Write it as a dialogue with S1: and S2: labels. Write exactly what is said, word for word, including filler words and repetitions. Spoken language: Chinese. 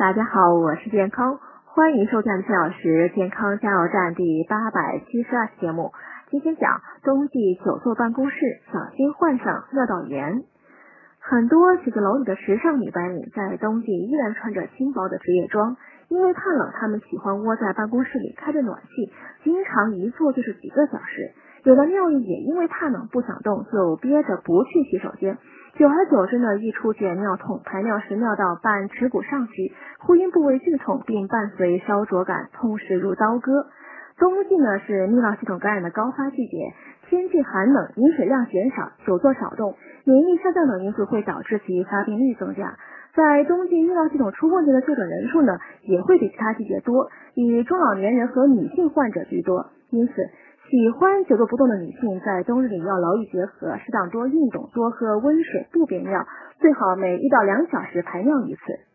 S1: 大家好，我是健康，欢迎收看四小时健康加油站第八百七十二期节目。今天讲冬季久坐办公室，小心患上尿道炎。很多写字楼里的时尚女白领在冬季依然穿着轻薄的职业装，因为怕冷，她们喜欢窝在办公室里开着暖气，经常一坐就是几个小时。有的尿意也因为怕冷不想动，就憋着不去洗手间。久而久之呢，易出现尿痛，排尿时尿道伴耻骨上举，呼阴部位剧痛，并伴随烧灼感，痛势如刀割。冬季呢是泌尿系统感染的高发季节，天气寒冷，饮水量减少，久坐少动，免疫力下降等因素会导致其发病率增加。在冬季泌尿系统出问题的确诊人数呢，也会比其他季节多，以中老年人和女性患者居多。因此喜欢久坐不动的女性在冬日里要劳逸结合，适当多运动，多喝温水，不憋尿，最好每一到两小时排尿一次。